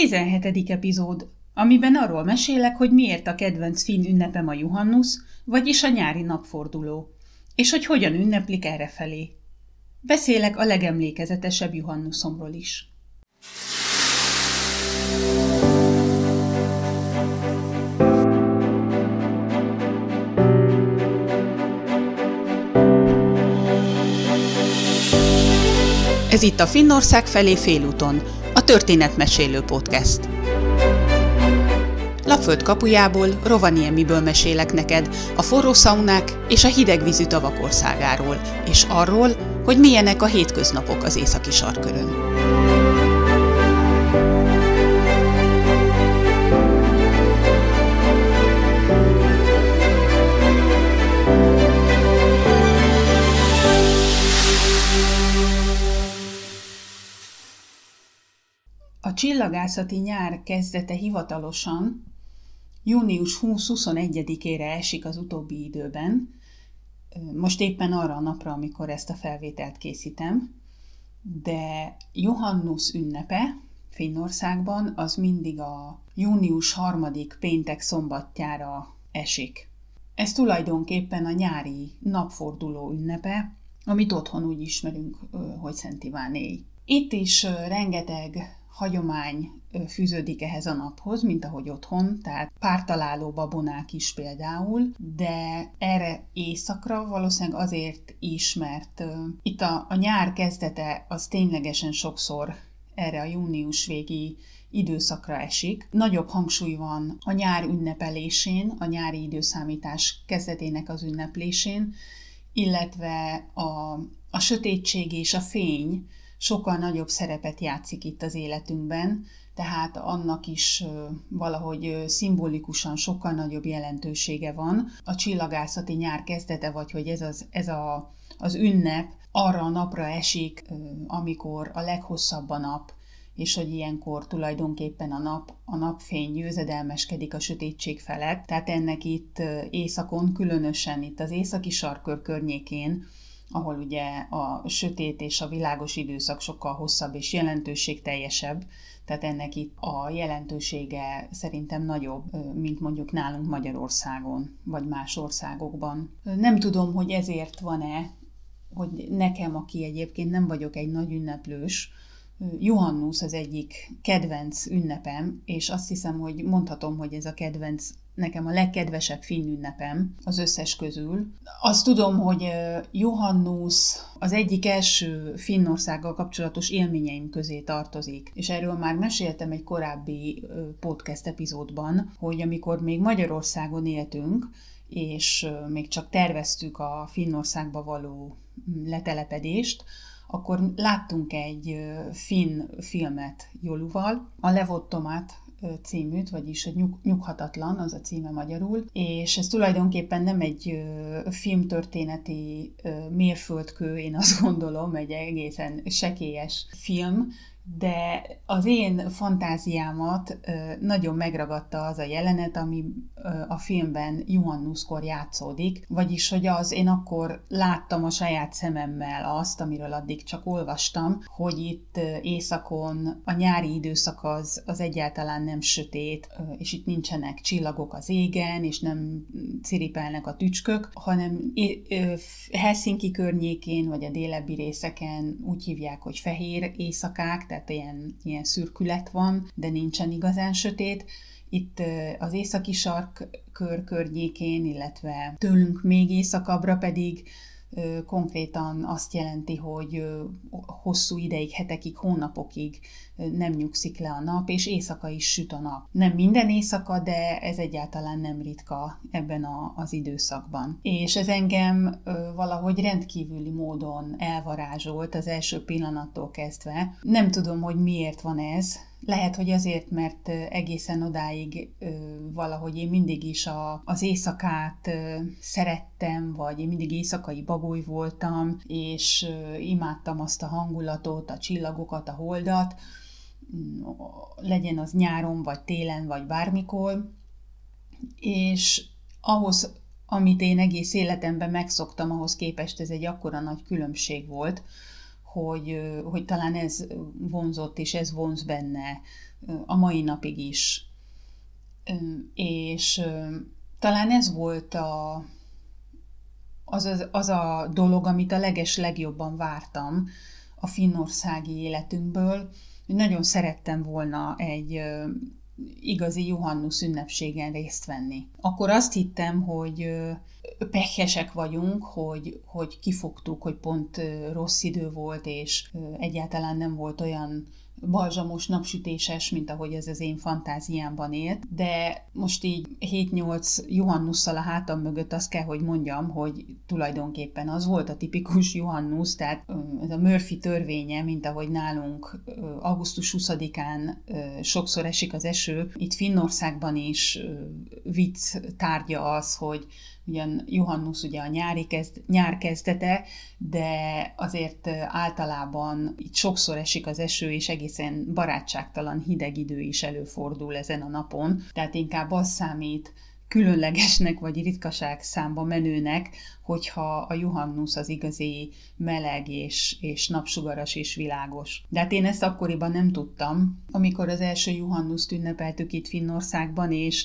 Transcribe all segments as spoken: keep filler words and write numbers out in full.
tizenhetedik epizód, amiben arról mesélek, hogy miért a kedvenc finn ünnepem a Juhannus, vagyis a nyári napforduló, és hogy hogyan ünneplik errefelé. Beszélek a legemlékezetesebb Juhannusomról is. Ez itt a Finnország felé félúton, a Történetmesélő Podcast. Lapföld kapujából, Rovaniemiből mesélek neked a forró szaunák és a hidegvízű tavak országáról, és arról, hogy milyenek a hétköznapok az északi sarkkörön. A csillagászati nyár kezdete hivatalosan június huszadikére esik az utóbbi időben, most éppen arra a napra, amikor ezt a felvételt készítem, de Juhannus ünnepe Finnországban az mindig a június harmadik péntek szombatjára esik. Ez tulajdonképpen a nyári napforduló ünnepe, amit otthon úgy ismerünk, hogy Szent Iván éj. Itt is rengeteg hagyomány fűződik ehhez a naphoz, mint ahogy otthon, tehát pártaláló babonák is például, de erre éjszakra valószínűleg azért is, mert uh, itt a, a nyár kezdete az ténylegesen sokszor erre a június végi időszakra esik. Nagyobb hangsúly van a nyár ünnepelésén, a nyári időszámítás kezdetének az ünneplésén, illetve a, a sötétség és a fény sokkal nagyobb szerepet játszik itt az életünkben, tehát annak is valahogy szimbolikusan sokkal nagyobb jelentősége van. A csillagászati nyár kezdete, vagy hogy ez, az, ez a, az ünnep arra a napra esik, amikor a leghosszabb a nap, és hogy ilyenkor tulajdonképpen a nap, a napfény győzedelmeskedik a sötétség felett. Tehát ennek itt északon, különösen itt az északi sarkkör környékén, ahol ugye a sötét és a világos időszak sokkal hosszabb és jelentőségteljesebb, tehát ennek itt a jelentősége szerintem nagyobb, mint mondjuk nálunk Magyarországon, vagy más országokban. Nem tudom, hogy ezért van-e, hogy nekem, aki egyébként nem vagyok egy nagy ünneplős, Juhannus az egyik kedvenc ünnepem, és azt hiszem, hogy mondhatom, hogy ez a kedvenc, nekem a legkedvesebb finn ünnepem az összes közül. Azt tudom, hogy Juhannus az egyik első Finnországgal kapcsolatos élményeim közé tartozik, és erről már meséltem egy korábbi podcast epizódban, hogy amikor még Magyarországon éltünk, és még csak terveztük a Finnországba való letelepedést, akkor láttunk egy finn filmet Joluval, a Levottomat címűt, vagyis a nyug, nyughatatlan, az a címe magyarul, és ez tulajdonképpen nem egy filmtörténeti mérföldkő, én azt gondolom, egy egészen sekélyes film, de az én fantáziámat nagyon megragadta az a jelenet, ami a filmben Juhannuskor játszódik, vagyis, hogy az én akkor láttam a saját szememmel azt, amiről addig csak olvastam, hogy itt északon a nyári időszak az, az egyáltalán nem sötét, és itt nincsenek csillagok az égen, és nem ciripelnek a tücskök, hanem Helsinki környékén, vagy a délebbi részeken úgy hívják, hogy fehér éjszakák, tehát ilyen, ilyen szürkület van, de nincsen igazán sötét. Itt az északi sarkkör környékén, illetve tőlünk még északabbra pedig konkrétan azt jelenti, hogy hosszú ideig, hetekig, hónapokig nem nyugszik le a nap, és éjszaka is süt a nap. Nem minden éjszaka, de ez egyáltalán nem ritka ebben a, az időszakban. És ez engem valahogy rendkívüli módon elvarázsolt az első pillanattól kezdve. Nem tudom, hogy miért van ez. Lehet, hogy azért, mert egészen odáig valahogy én mindig is a, az éjszakát szerettem, vagy én mindig éjszakai bagoly voltam, és imádtam azt a hangulatot, a csillagokat, a holdat, legyen az nyáron, vagy télen, vagy bármikor. És ahhoz, amit én egész életemben megszoktam, ahhoz képest ez egy akkora nagy különbség volt, hogy, hogy talán ez vonzott és ez vonz benne a mai napig is. És talán ez volt a, az, az, az a dolog, amit a leges legjobban vártam a finnországi életünkből, hogy nagyon szerettem volna egy igazi Juhannus ünnepségen részt venni. Akkor azt hittem, hogy pehesek vagyunk, hogy, hogy kifogtuk, hogy pont rossz idő volt, és egyáltalán nem volt olyan balzsamos, napsütéses, mint ahogy ez az én fantáziámban élt, de most így hét-nyolc Juhannusszal a hátam mögött azt kell, hogy mondjam, hogy tulajdonképpen az volt a tipikus Juhannus, tehát ez a Murphy törvénye, mint ahogy nálunk augusztus huszadikán sokszor esik az eső, itt Finnországban is vicc tárgya az, hogy ugyan Juhannus ugye a nyári kezd, nyár kezdete, de azért általában itt sokszor esik az eső, és egészen barátságtalan hideg idő is előfordul ezen a napon. Tehát inkább az számít különlegesnek vagy ritkaság számba menőnek, hogyha a Juhannus az igazi meleg és, és napsugaras és világos. De hát én ezt akkoriban nem tudtam, amikor az első Juhannust ünnepeltük itt Finnországban, és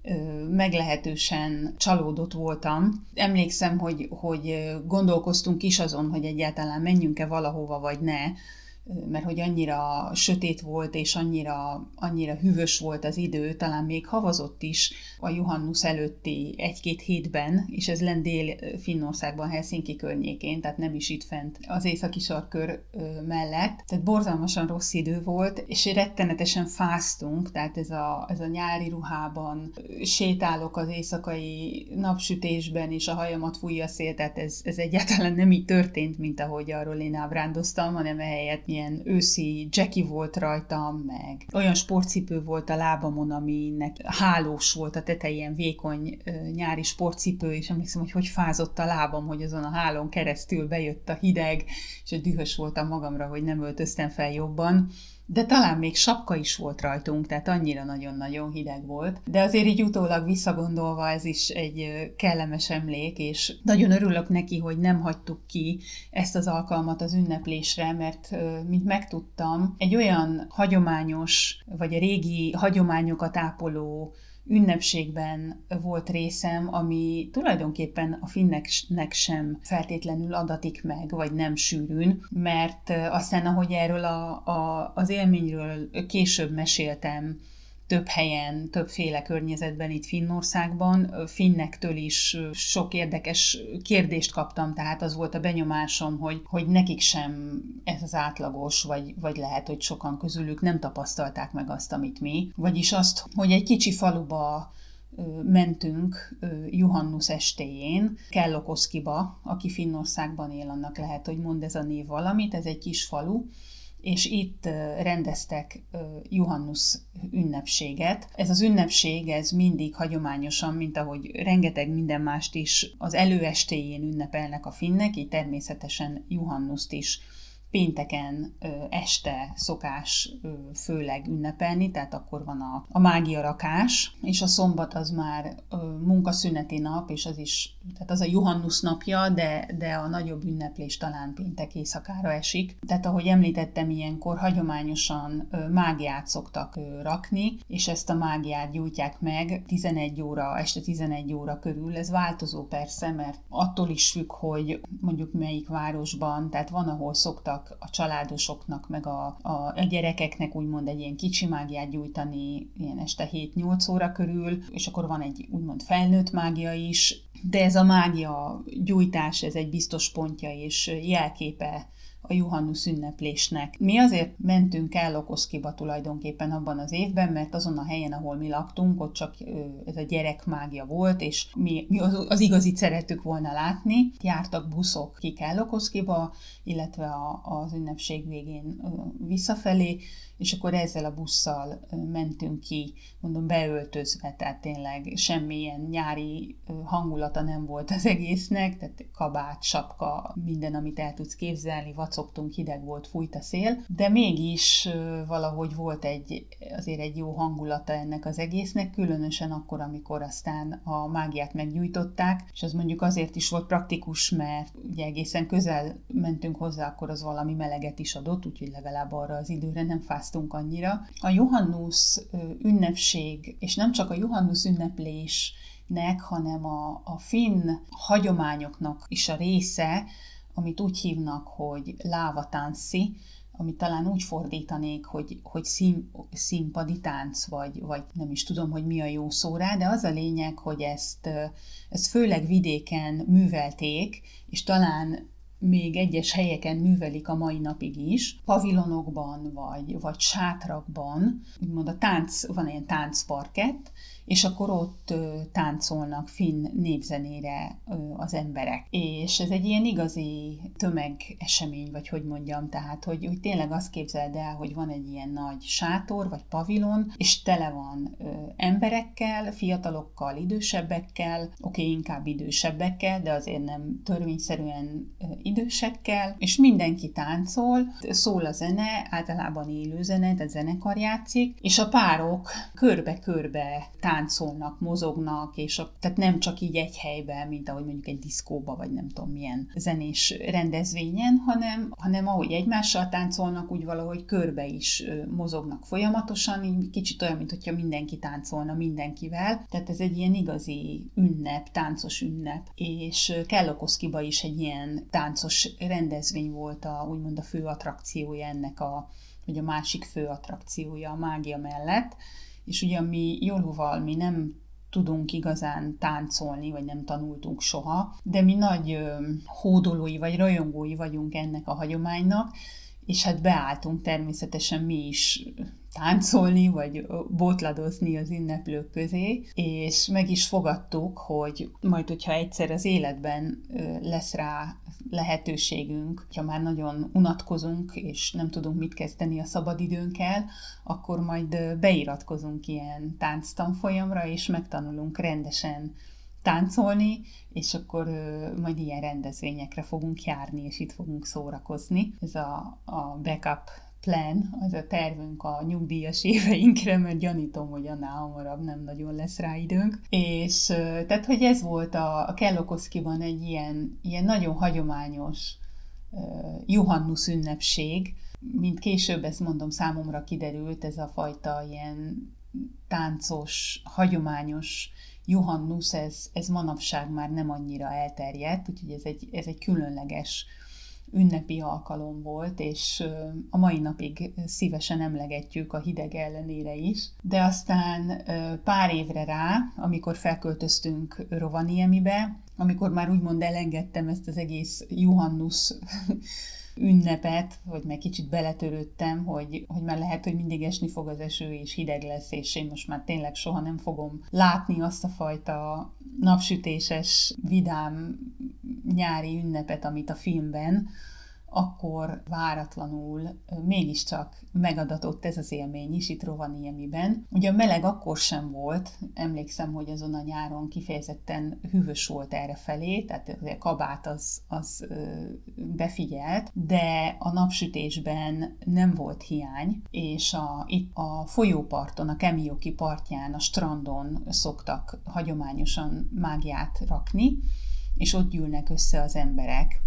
meglehetősen csalódott voltam. Emlékszem, hogy, hogy gondolkoztunk is azon, hogy egyáltalán menjünk-e valahova, vagy ne, mert hogy annyira sötét volt, és annyira, annyira hűvös volt az idő, talán még havazott is a Juhannus előtti egy-két hétben, és ez lent Dél-Finnországban, Helsinki környékén, tehát nem is itt fent az északi sarkkör mellett. Tehát borzalmasan rossz idő volt, és rettenetesen fáztunk, tehát ez a, ez a nyári ruhában sétálok az éjszakai napsütésben, és a hajamat fújja a szél, tehát ez, ez egyáltalán nem így történt, mint ahogy arról én ábrándoztam, hanem ehelyett ilyen őszi Jackie volt rajtam, meg olyan sportcipő volt a lábamon, aminek hálós volt a tetején, vékony nyári sportcipő, és emlékszem, hogy hogy fázott a lábam, hogy azon a hálón keresztül bejött a hideg, és dühös voltam magamra, hogy nem öltöztem fel jobban. De talán még sapka is volt rajtunk, tehát annyira nagyon-nagyon hideg volt. De azért így utólag visszagondolva ez is egy kellemes emlék, és nagyon örülök neki, hogy nem hagytuk ki ezt az alkalmat az ünneplésre, mert mint megtudtam, egy olyan hagyományos, vagy a régi hagyományokat ápoló ünnepségben volt részem, ami tulajdonképpen a finneknek sem feltétlenül adatik meg, vagy nem sűrűn, mert aztán, ahogy erről a, a, az élményről később meséltem, több helyen, többféle környezetben itt Finnországban, finnektől is sok érdekes kérdést kaptam, tehát az volt a benyomásom, hogy, hogy nekik sem ez az átlagos, vagy, vagy lehet, hogy sokan közülük nem tapasztalták meg azt, amit mi. Vagyis azt, hogy egy kicsi faluba mentünk Juhannus estéjén, Kellokoszkiba, aki Finnországban él, annak lehet, hogy mond ez a név valamit, ez egy kis falu, és itt rendeztek Juhannus ünnepséget. Ez az ünnepség, ez mindig hagyományosan, mint ahogy rengeteg minden mást is az előestéjén ünnepelnek a finnek, így természetesen Juhannust is pénteken este szokás főleg ünnepelni, tehát akkor van a, a mágia rakás, és a szombat az már munkaszüneti nap, és az is, tehát az a Juhannus napja, de, de a nagyobb ünneplés talán péntek éjszakára esik. Tehát ahogy említettem, ilyenkor hagyományosan mágiát szoktak rakni, és ezt a mágiát gyújtják meg tizenegy óra, este tizenegy óra körül. Ez változó persze, mert attól is függ, hogy mondjuk melyik városban, tehát van, ahol szoktak a családosoknak, meg a, a, a gyerekeknek úgymond egy ilyen kicsi mágiát gyújtani ilyen este hét-nyolc óra körül, és akkor van egy úgymond felnőtt mágia is, de ez a mágia gyújtás, ez egy biztos pontja és jelképe a Juhannus ünneplésnek. Mi azért mentünk el Okoszkiba tulajdonképpen abban az évben, mert azon a helyen, ahol mi laktunk, ott csak ez a gyerekmágia volt, és mi, mi az, az igazit szerettük volna látni. Jártak buszok ki Kellokoszkiba, illetve a, az ünnepség végén visszafelé, és akkor ezzel a busszal mentünk ki, mondom, beöltözve, tehát tényleg semmilyen nyári hangulata nem volt az egésznek, tehát kabát, sapka, minden, amit el tudsz képzelni, kacogtunk, hideg volt, fújt a szél, de mégis valahogy volt egy, azért egy jó hangulata ennek az egésznek, különösen akkor, amikor aztán a mágiát meggyújtották, és az mondjuk azért is volt praktikus, mert ugye egészen közel mentünk hozzá, akkor az valami meleget is adott, úgyhogy legalább arra az időre nem fáztunk annyira. A Johannusz ünnepség, és nem csak a Johannusz ünneplésnek, hanem a, a finn hagyományoknak is a része, amit úgy hívnak, hogy lávatanssi, amit talán úgy fordítanék, hogy, hogy szín, színpadi tánc, vagy, vagy nem is tudom, hogy mi a jó szó rá, de az a lényeg, hogy ezt, ezt főleg vidéken művelték, és talán még egyes helyeken művelik a mai napig is, pavilonokban, vagy, vagy sátrakban, úgymond a tánc, van ilyen táncparkett, és akkor ott ö, táncolnak finn népzenére ö, az emberek. És ez egy ilyen igazi tömegesemény, vagy hogy mondjam, tehát, hogy, hogy tényleg azt képzeld el, hogy van egy ilyen nagy sátor, vagy pavilon, és tele van ö, emberekkel, fiatalokkal, idősebbekkel, oké, okay, inkább idősebbekkel, de azért nem törvényszerűen ö, idősekkel, és mindenki táncol, szól a zene, általában élő zene, tehát zenekar játszik, és a párok körbe-körbe táncolnak, mozognak, és a, tehát nem csak így egy helyben, mint ahogy mondjuk egy diszkóba, vagy nem tudom milyen zenés rendezvényen, hanem, hanem ahogy egymással táncolnak, úgy valahogy körbe is mozognak folyamatosan, így kicsit olyan, mint hogyha mindenki táncolna mindenkivel, tehát ez egy ilyen igazi ünnep, táncos ünnep, és Kellokoszkiba is egy ilyen táncos rendezvény volt a, úgymond a fő attrakciója ennek a, vagy a másik fő attrakciója a mágia mellett, és ugye mi Joluval mi nem tudunk igazán táncolni, vagy nem tanultunk soha, de mi nagy ö, hódolói vagy rajongói vagyunk ennek a hagyománynak, és hát beálltunk természetesen mi is táncolni, vagy botladozni az ünneplők közé, és meg is fogadtuk, hogy majd, hogyha egyszer az életben lesz rá lehetőségünk, hogyha már nagyon unatkozunk, és nem tudunk mit kezdeni a szabadidőnkkel, akkor majd beiratkozunk ilyen tánctanfolyamra, és megtanulunk rendesen táncolni, és akkor ö, majd ilyen rendezvényekre fogunk járni, és itt fogunk szórakozni. Ez a, a backup plan, az a tervünk a nyugdíjas éveinkre, mert gyanítom, hogy annál hamarabb nem nagyon lesz rá időnk. És ö, tehát, hogy ez volt a, a Kellokoszkiban egy ilyen, ilyen nagyon hagyományos ö, Johannusz ünnepség, mint később, ezt mondom, számomra kiderült, ez a fajta ilyen táncos, hagyományos Johannusz, ez, ez manapság már nem annyira elterjedt, úgyhogy ez egy, ez egy különleges ünnepi alkalom volt, és a mai napig szívesen emlegetjük a hideg ellenére is. De aztán pár évre rá, amikor felköltöztünk Rovaniemibe, amikor már úgymond elengedtem ezt az egész Johannusz ünnepet, hogy meg kicsit beletörődtem, hogy, hogy már lehet, hogy mindig esni fog az eső, és hideg lesz, és én most már tényleg soha nem fogom látni azt a fajta napsütéses, vidám nyári ünnepet, amit a filmben, akkor váratlanul mégiscsak megadatott ez az élmény is itt Rovaniemiben. Ugye a meleg akkor sem volt, emlékszem, hogy azon a nyáron kifejezetten hűvös volt errefelé, tehát a kabát az, az befigyelt, de a napsütésben nem volt hiány, és a, itt a folyóparton, a Kemioki partján, a strandon szoktak hagyományosan mágiát rakni, és ott gyűlnek össze az emberek,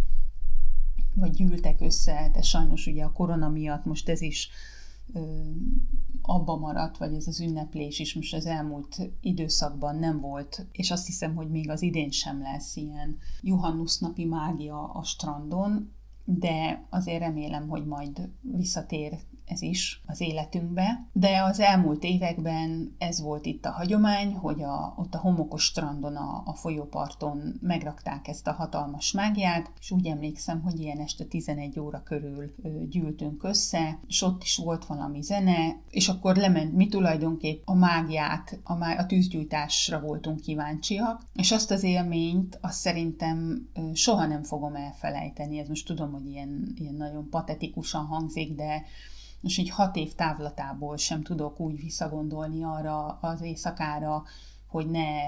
vagy gyűltek össze, de sajnos ugye a korona miatt most ez is ö, abba maradt, vagy ez az ünneplés is most az elmúlt időszakban nem volt, és azt hiszem, hogy még az idén sem lesz ilyen Johannusz napi mágia a strandon, de azért remélem, hogy majd visszatér ez is az életünkbe. De az elmúlt években ez volt itt a hagyomány, hogy a, ott a homokos strandon, a, a folyóparton megrakták ezt a hatalmas mágiát, és úgy emlékszem, hogy ilyen este tizenegy óra körül gyűltünk össze, és ott is volt valami zene, és akkor lement mi tulajdonképp a mágiát, a, má, a tűzgyújtásra voltunk kíváncsiak, és azt az élményt, azt szerintem soha nem fogom elfelejteni. Ez most tudom, hogy ilyen, ilyen nagyon patetikusan hangzik, de most így hat év távlatából sem tudok úgy visszagondolni arra az éjszakára, hogy ne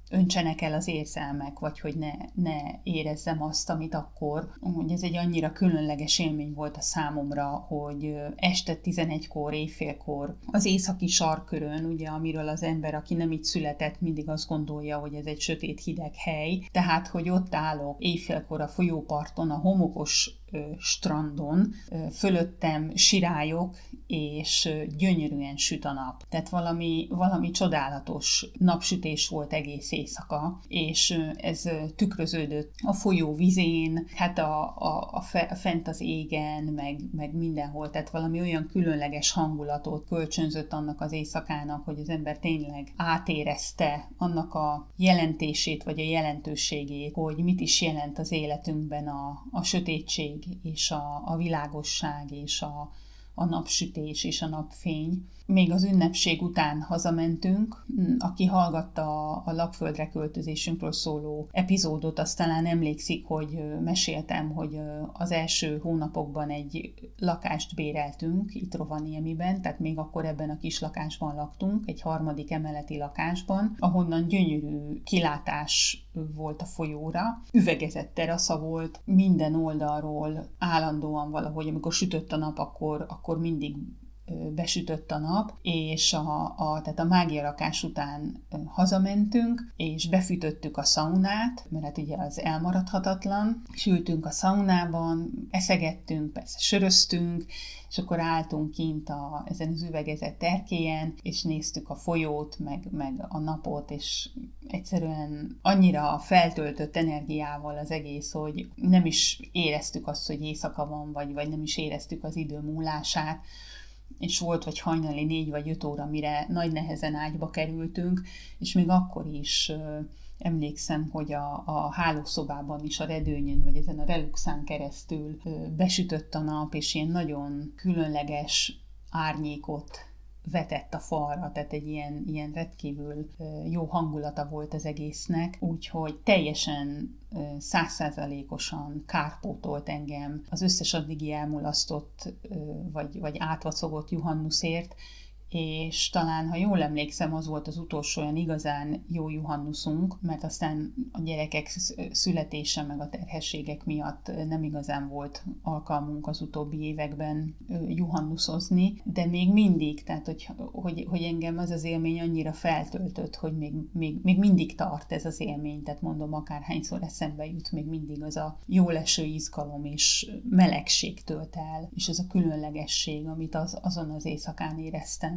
öntsenek el az érzelmek, vagy hogy ne, ne érezzem azt, amit akkor. Hogy ez egy annyira különleges élmény volt a számomra, hogy este tizenegykor, éjfélkor az északi sarkkörön, ugye, amiről az ember, aki nem itt született, mindig azt gondolja, hogy ez egy sötét, hideg hely. Tehát, hogy ott állok éjfélkor a folyóparton, a homokos strandon, fölöttem sirályok, és gyönyörűen süt a nap. Tehát valami, valami csodálatos napsütés volt egész éjszaka, és ez tükröződött a folyó vizén, hát a, a, a, fe, a fent az égen, meg, meg mindenhol, tehát valami olyan különleges hangulatot kölcsönzött annak az éjszakának, hogy az ember tényleg átérezte annak a jelentését, vagy a jelentőségét, hogy mit is jelent az életünkben a, a sötétség, és a, a világosság, és a, a napsütés, és a napfény. Még az ünnepség után hazamentünk. Aki hallgatta a Lapföldre költözésünkről szóló epizódot, azt talán emlékszik, hogy meséltem, hogy az első hónapokban egy lakást béreltünk itt Rovaniemiben, tehát még akkor ebben a kis lakásban laktunk, egy harmadik emeleti lakásban, ahonnan gyönyörű kilátás volt a folyóra. Üvegezett terasza volt, minden oldalról állandóan valahogy, amikor sütött a nap, akkor, akkor mindig besütött a nap, és a, a, tehát a mágiarakás után hazamentünk, és befűtöttük a szaunát, mert hát ugye az elmaradhatatlan. Sültünk a szaunában, eszegettünk, persze söröztünk, és akkor álltunk kint a, ezen az üvegezett erkélyen, és néztük a folyót, meg, meg a napot, és egyszerűen annyira feltöltött energiával az egész, hogy nem is éreztük azt, hogy éjszaka van, vagy, vagy nem is éreztük az idő múlását, és volt vagy hajnali négy vagy öt óra, mire nagy nehezen ágyba kerültünk, és még akkor is ö, emlékszem, hogy a, a hálószobában is a redőnyön, vagy ezen a reluxán keresztül ö, besütött a nap, és ilyen nagyon különleges árnyékot vetett a falra, tehát egy ilyen, ilyen rendkívül jó hangulata volt az egésznek, úgyhogy teljesen száz százalékosan kárpótolt engem az összes addigi elmulasztott vagy, vagy átvacogott Juhannuszért, és talán, ha jól emlékszem, az volt az utolsó olyan igazán jó Juhannuszunk, mert aztán a gyerekek születése meg a terhességek miatt nem igazán volt alkalmunk az utóbbi években Juhannuszozni, de még mindig, tehát hogy, hogy, hogy engem az az élmény annyira feltöltött, hogy még, még, még mindig tart ez az élmény, tehát mondom, akárhányszor eszembe jut, még mindig az a jól eső izgalom és melegség tölt el, és ez a különlegesség, amit az, azon az éjszakán éreztem.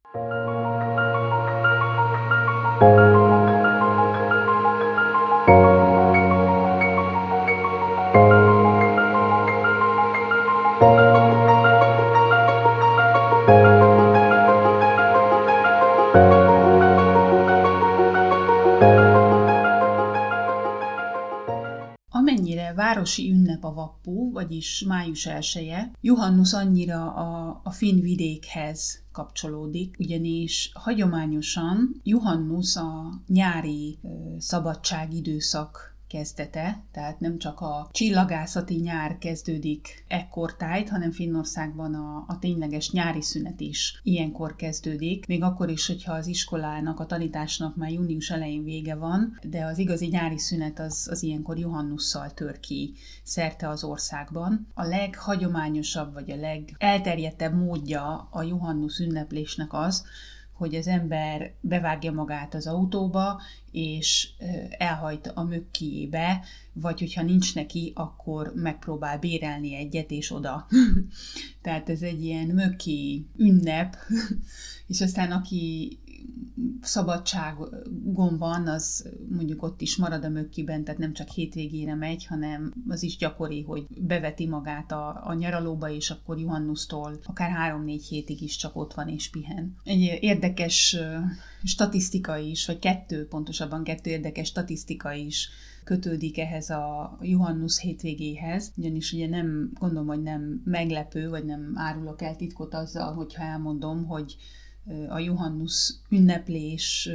Amennyire városi ünnep a vappu, vagyis május elseje, Juhannus annyira a, a finn vidékhez kapcsolódik, ugyanis hagyományosan Juhannus a nyári ö, szabadságidőszak kezdete, tehát nem csak a csillagászati nyár kezdődik ekkortájt, hanem Finnországban a, a tényleges nyári szünet is ilyenkor kezdődik, még akkor is, hogyha az iskolának, a tanításnak már június elején vége van, de az igazi nyári szünet az, az ilyenkor Juhannusszal tör ki szerte az országban. A leghagyományosabb, vagy a legelterjedtebb módja a Juhannus ünneplésnek az, hogy az ember bevágja magát az autóba, és elhajt a mökkijébe, vagy hogyha nincs neki, akkor megpróbál bérelni egyet, és oda. Tehát ez egy ilyen mökki ünnep, és aztán aki szabadságon van, az mondjuk ott is marad a mökkiben, tehát nem csak hétvégére megy, hanem az is gyakori, hogy beveti magát a, a nyaralóba, és akkor Juhannusztól akár három-négy hétig is csak ott van és pihen. Egy érdekes statisztika is, vagy kettő, pontosabban kettő érdekes statisztika is kötődik ehhez a Juhannus hétvégéhez, ugyanis ugye nem, gondolom, hogy nem meglepő, vagy nem árulok el titkot azzal, hogyha elmondom, hogy a Juhannus ünneplés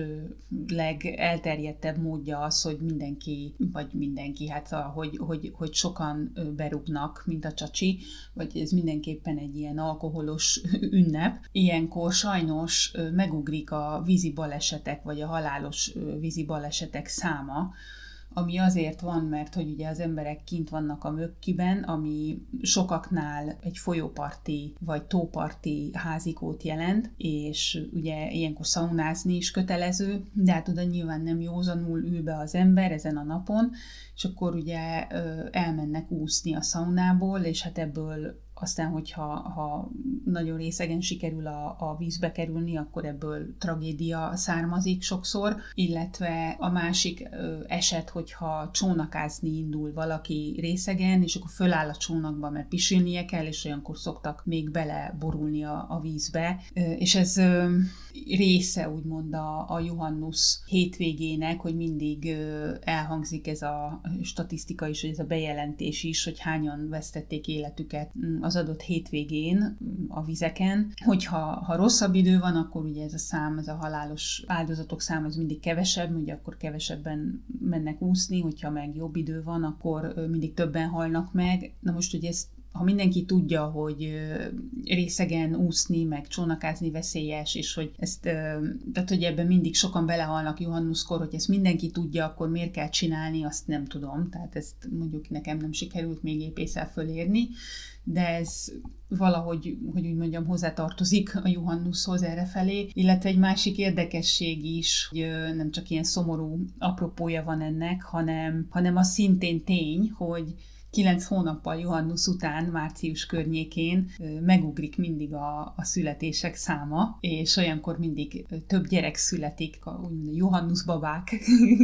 legelterjedtebb módja az, hogy mindenki, vagy mindenki, hát hogy, hogy, hogy sokan berúgnak, mint a csacsi, vagy ez mindenképpen egy ilyen alkoholos ünnep. Ilyenkor sajnos megugrik a vízi balesetek, vagy a halálos vízi balesetek száma, ami azért van, mert hogy ugye az emberek kint vannak a mökkiben, ami sokaknál egy folyóparti vagy tóparti házikót jelent, és ugye ilyenkor szaunázni is kötelező, de hát oda nyilván nem józanul ül be az ember ezen a napon, és akkor ugye elmennek úszni a szaunából, és hát ebből aztán, hogyha ha nagyon részegen sikerül a, a vízbe kerülni, akkor ebből tragédia származik sokszor, illetve a másik ö, eset, hogyha csónakázni indul valaki részegen, és akkor föláll a csónakba, mert pisilnie kell, és olyankor szoktak még beleborulni a, a vízbe. Ö, és ez ö, része úgymond a, a Juhannus hétvégének, hogy mindig ö, elhangzik ez a statisztika is, hogy ez a bejelentés is, hogy hányan vesztették életüket az adott hétvégén a vizeken. Hogyha ha rosszabb idő van, akkor ugye ez a szám, ez a halálos áldozatok száma, ez mindig kevesebb, ugye akkor kevesebben mennek úszni, hogyha meg jobb idő van, akkor mindig többen halnak meg. Na most ugye ezt, ha mindenki tudja, hogy részegen úszni, meg csónakázni veszélyes, és hogy ezt, tehát hogy ebben mindig sokan belehalnak Juhannuskor, hogy ezt mindenki tudja, akkor miért kell csinálni, azt nem tudom. Tehát ezt mondjuk nekem nem sikerült még épészel fölérni, de ez valahogy, hogy úgy mondjam, hozzátartozik a Juhannushoz errefelé, illetve egy másik érdekesség is, hogy nem csak ilyen szomorú apropója van ennek, hanem, hanem az szintén tény, hogy kilenc hónappal Juhannus után, március környékén megugrik mindig a, a születések száma, és olyankor mindig több gyerek születik, a Juhannus babák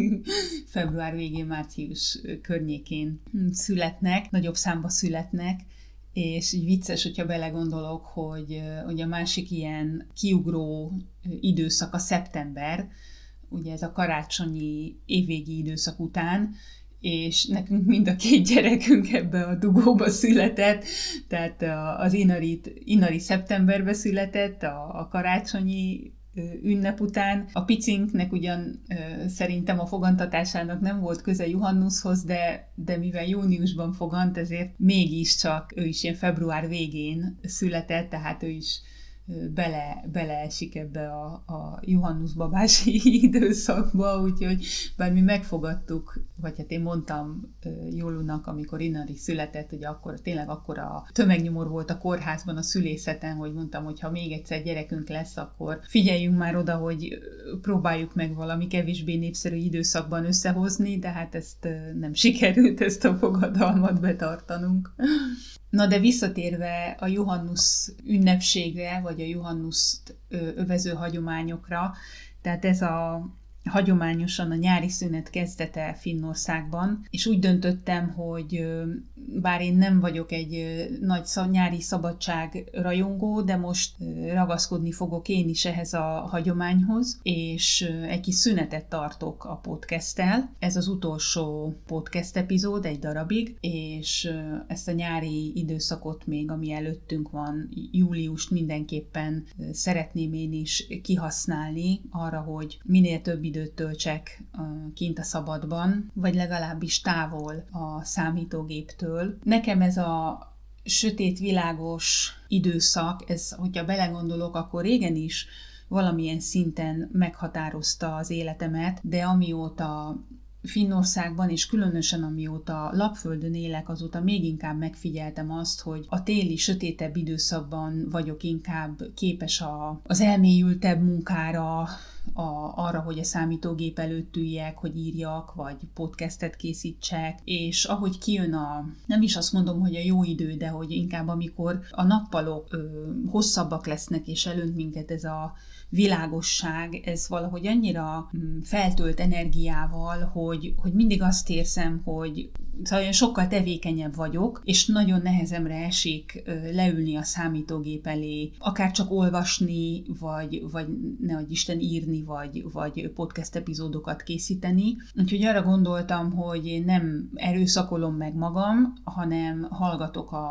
február végén, március környékén születnek, nagyobb számba születnek, és így vicces, hogyha belegondolok, hogy, hogy a másik ilyen kiugró időszak a szeptember, ugye ez a karácsonyi évvégi időszak után, és nekünk mind a két gyerekünk ebbe a dugóba született, tehát az Inarit, Inari szeptemberbe született, a, a karácsonyi ünnep után. A picinknek ugyan szerintem a fogantatásának nem volt köze Juhannushoz, de, de mivel júniusban fogant, ezért mégiscsak ő is ilyen február végén született, tehát ő is bele, beleesik ebbe a, a Juhannus babási időszakba, úgyhogy bár mi megfogadtuk, vagy hát én mondtam Jólunak, amikor Inari született, hogy akkor tényleg akkor a tömegnyomor volt a kórházban a szülészeten, hogy mondtam, hogy ha még egyszer gyerekünk lesz, akkor figyeljünk már oda, hogy próbáljuk meg valami kevésbé népszerű időszakban összehozni, de hát ezt nem sikerült, ezt a fogadalmat betartanunk. Na de visszatérve a Juhannus ünnepségre, vagy a Juhannust övező hagyományokra, tehát ez a hagyományosan a nyári szünet kezdete Finnországban, és úgy döntöttem, hogy bár én nem vagyok egy nagy nyári szabadság rajongó, de most ragaszkodni fogok én is ehhez a hagyományhoz, és egy kis szünetet tartok a podcasttel. Ez az utolsó podcast epizód egy darabig, és ezt a nyári időszakot még, ami előttünk van, júliust mindenképpen szeretném én is kihasználni arra, hogy minél több időt töltsek kint a szabadban, vagy legalábbis távol a számítógéptől. Nekem ez a sötét, világos időszak, ez, hogyha belegondolok, akkor régen is valamilyen szinten meghatározta az életemet, de amióta Finnországban, és különösen amióta Lapföldön élek, azóta még inkább megfigyeltem azt, hogy a téli, sötétebb időszakban vagyok inkább képes a, az elmélyültebb munkára, a, arra, hogy a számítógép előtt üljek, hogy írjak, vagy podcastet készítsek, és ahogy kijön a, nem is azt mondom, hogy a jó idő, de hogy inkább amikor a nappalok ö, hosszabbak lesznek, és elönt minket ez a világosság, ez valahogy annyira feltölt energiával, hogy, hogy mindig azt érzem, hogy szóval sokkal tevékenyebb vagyok, és nagyon nehezemre esik leülni a számítógép elé, akár csak olvasni, vagy, vagy nehogy Isten írni, vagy, vagy podcast epizódokat készíteni. Úgyhogy arra gondoltam, hogy én nem erőszakolom meg magam, hanem hallgatok a,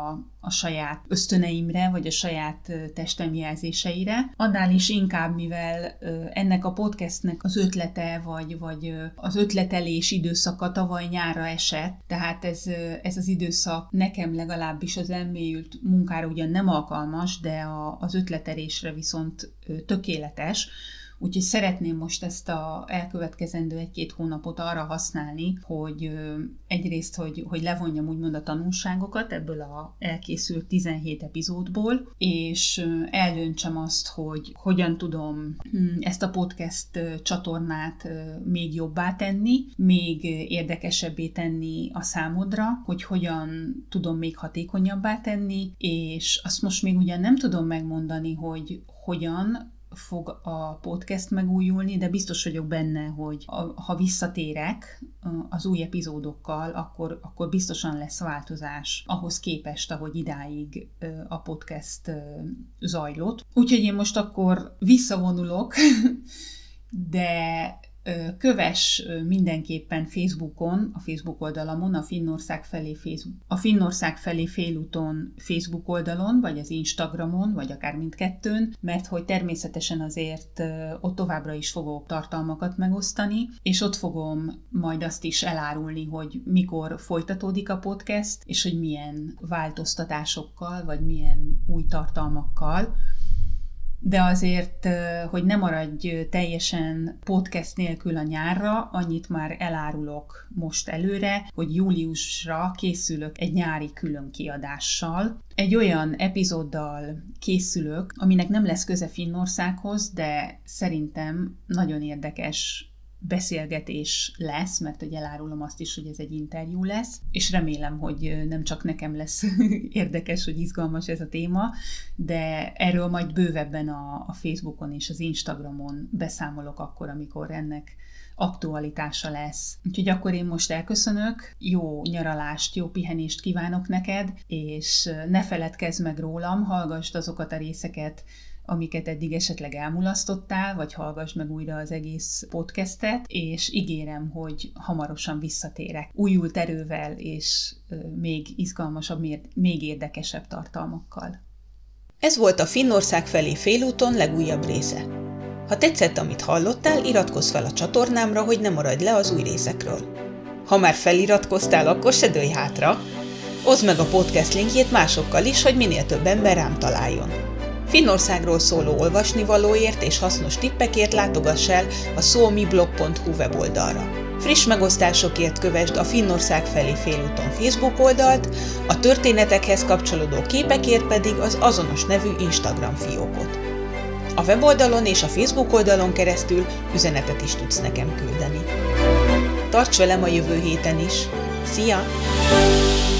a saját ösztöneimre, vagy a saját testem jelzéseire. Annál is inkább, mivel ennek a podcastnek az ötlete, vagy, vagy az ötletelés időszaka tavaly nyárra esett, tehát ez, ez az időszak nekem legalábbis az elmélyült munkára ugyan nem alkalmas, de a, az ötletelésre viszont tökéletes. Úgyhogy szeretném most ezt a elkövetkezendő egy-két hónapot arra használni, hogy egyrészt, hogy, hogy levonjam úgymond a tanulságokat ebből a elkészült tizenhét epizódból, és eldöntsem azt, hogy hogyan tudom ezt a podcast csatornát még jobbá tenni, még érdekesebbé tenni a számodra, hogy hogyan tudom még hatékonyabbá tenni, és azt most még ugyan nem tudom megmondani, hogy hogyan fog a podcast megújulni, de biztos vagyok benne, hogy ha visszatérek az új epizódokkal, akkor, akkor biztosan lesz változás ahhoz képest, ahogy idáig a podcast zajlott. Úgyhogy én most akkor visszavonulok, de kövess mindenképpen Facebookon, a Facebook oldalamon, a Finnország felé, Facebook, a Finnország felé félúton Facebook oldalon, vagy az Instagramon, vagy akár mindkettőn, mert hogy természetesen azért ott továbbra is fogok tartalmakat megosztani, és ott fogom majd azt is elárulni, hogy mikor folytatódik a podcast, és hogy milyen változtatásokkal, vagy milyen új tartalmakkal. De azért, hogy ne maradj teljesen podcast nélkül a nyárra, annyit már elárulok most előre, hogy júliusra készülök egy nyári különkiadással. Egy olyan epizóddal készülök, aminek nem lesz köze Finnországhoz, de szerintem nagyon érdekes beszélgetés lesz, mert hogy elárulom azt is, hogy ez egy interjú lesz, és remélem, hogy nem csak nekem lesz érdekes, hogy izgalmas ez a téma, de erről majd bővebben a, a Facebookon és az Instagramon beszámolok akkor, amikor ennek aktualitása lesz. Úgyhogy akkor én most elköszönök, jó nyaralást, jó pihenést kívánok neked, és ne feledkezz meg rólam, hallgassd azokat a részeket, amiket eddig esetleg elmulasztottál, vagy hallgass meg újra az egész podcastet, és ígérem, hogy hamarosan visszatérek újult erővel, és még izgalmasabb, még érdekesebb tartalmakkal. Ez volt a Finnország felé félúton legújabb része. Ha tetszett, amit hallottál, iratkozz fel a csatornámra, hogy ne maradj le az új részekről. Ha már feliratkoztál, akkor se dőlj hátra! Oszd meg a podcast linkjét másokkal is, hogy minél több ember rám találjon. Finnországról szóló olvasnivalóért és hasznos tippekért látogass el a suomiblog pont hu weboldalra. Friss megosztásokért kövesd a Finnország felé félúton Facebook oldalt, a történetekhez kapcsolódó képekért pedig az azonos nevű Instagram fiókot. A weboldalon és a Facebook oldalon keresztül üzenetet is tudsz nekem küldeni. Tarts velem a jövő héten is! Szia!